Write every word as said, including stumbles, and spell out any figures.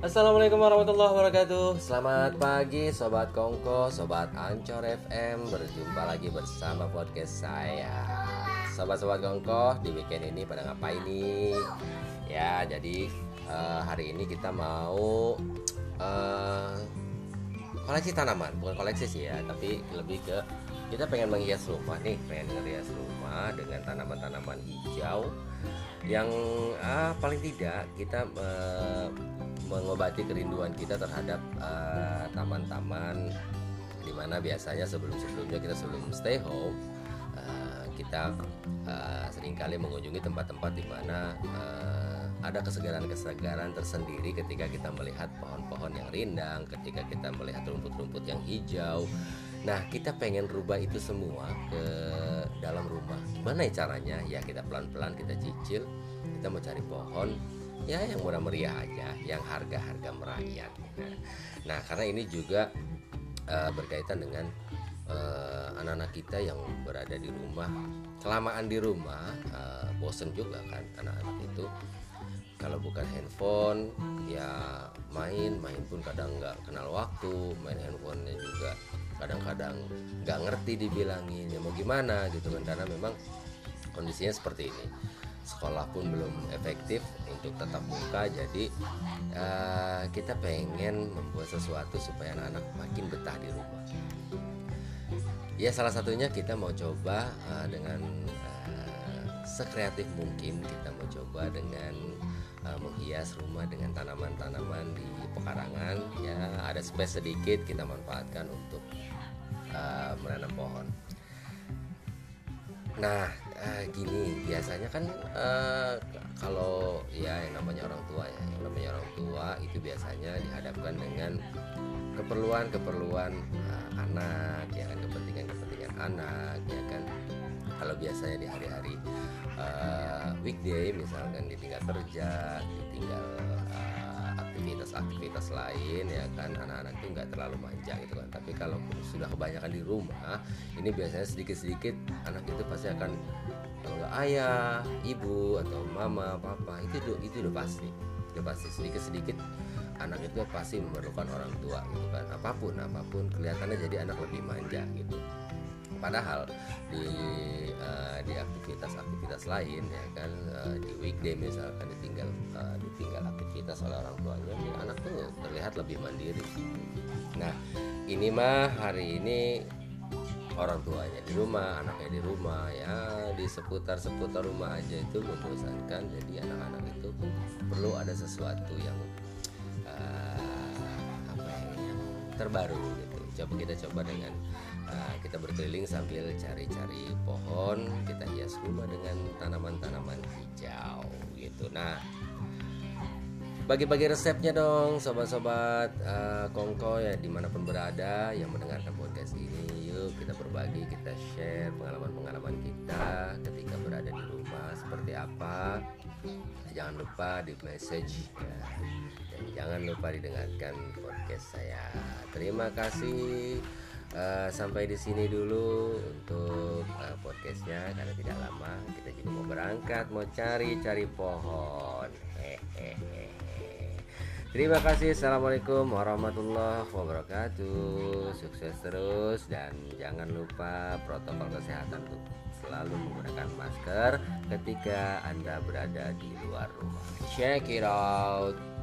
Assalamualaikum warahmatullahi wabarakatuh. Selamat pagi Sobat Kongko, Sobat Ancor F M. Berjumpa lagi bersama podcast saya. Sobat-sobat Kongko, di weekend ini pada ngapain nih? Ya, jadi uh, hari ini kita mau uh, koleksi tanaman. Bukan koleksi sih ya, tapi lebih ke kita pengen menghias rumah nih. Pengen menghias rumah dengan tanaman-tanaman hijau yang ah, paling tidak kita uh, mengobati kerinduan kita terhadap uh, taman-taman di mana biasanya sebelum-sebelumnya kita sebelum stay home uh, kita uh, seringkali mengunjungi tempat-tempat di mana uh, ada kesegaran-kesegaran tersendiri ketika kita melihat pohon-pohon yang rindang, ketika kita melihat rumput-rumput yang hijau. Nah, kita pengen rubah itu semua ke dalam rumah. Gimana ya caranya? Ya kita pelan-pelan kita cicil, kita mau cari pohon ya yang murah meriah aja, yang harga-harga merayat. Nah, karena ini juga uh, berkaitan dengan uh, anak-anak kita yang berada di rumah, kelamaan di rumah, uh, bosen juga kan anak-anak itu. Kalau bukan handphone, ya main, main pun kadang nggak kenal waktu, main handphonenya juga kadang-kadang nggak ngerti dibilangin, ya mau gimana gitu kan, karena memang kondisinya seperti ini. Sekolah pun belum efektif untuk tatap muka, jadi uh, kita pengen membuat sesuatu supaya anak-anak makin betah di rumah. Ya salah satunya kita mau coba uh, dengan uh, sekreatif mungkin kita mau coba dengan uh, menghias rumah dengan tanaman-tanaman di pekarangan. Ya ada space sedikit kita manfaatkan untuk uh, menanam pohon. Nah, eh, gini, biasanya kan eh, kalau ya yang namanya orang tua ya, yang namanya orang tua itu biasanya dihadapkan dengan keperluan-keperluan eh, anak, ya kan, kepentingan-kepentingan anak, ya kan. Kalau biasanya di hari-hari eh, weekday misalkan ditinggal kerja, ditinggal eh, aktivitas-aktivitas lain, ya kan, anak-anak itu nggak terlalu manja gitu kan. Tapi kalau sudah kebanyakan di rumah, ini biasanya sedikit-sedikit anak itu pasti akan, kalau nggak ayah, ibu atau mama, papa, itu itu udah pasti, udah pasti sedikit-sedikit anak itu pasti memerlukan orang tua gitu kan. Apapun apapun kelihatannya jadi anak lebih manja gitu. Padahal di uh, di aktivitas-aktivitas lain, ya kan, uh, di weekday misalkan ditinggal uh, ditinggal aktivitas oleh orang tuanya, ya, anak tuh terlihat lebih mandiri. Nah, ini mah hari ini orang tuanya di rumah, anaknya di rumah, ya di seputar-seputar rumah aja itu membosankan. Jadi anak-anak itu perlu ada sesuatu yang uh, apa ya, yang terbaru gitu. Coba kita coba dengan uh, kita berkeliling sambil cari-cari pohon, kita hias rumah dengan tanaman-tanaman hijau gitu. Nah, bagi-bagi resepnya dong sobat-sobat uh, Kongko ya dimanapun berada yang mendengarkan podcast ini. Yuk kita berbagi, kita share pengalaman-pengalaman kita ketika berada di rumah seperti apa. Jangan lupa di message ya. Dan jangan lupa didengarkan podcast saya. Terima kasih. Uh, sampai di sini dulu untuk uh, podcastnya, karena tidak lama kita juga mau berangkat, mau cari-cari pohon. Hehehe. Terima kasih. Assalamualaikum warahmatullahi wabarakatuh. Sukses terus dan jangan lupa protokol kesehatan untuk selalu menggunakan masker ketika Anda berada di luar rumah. Check it out.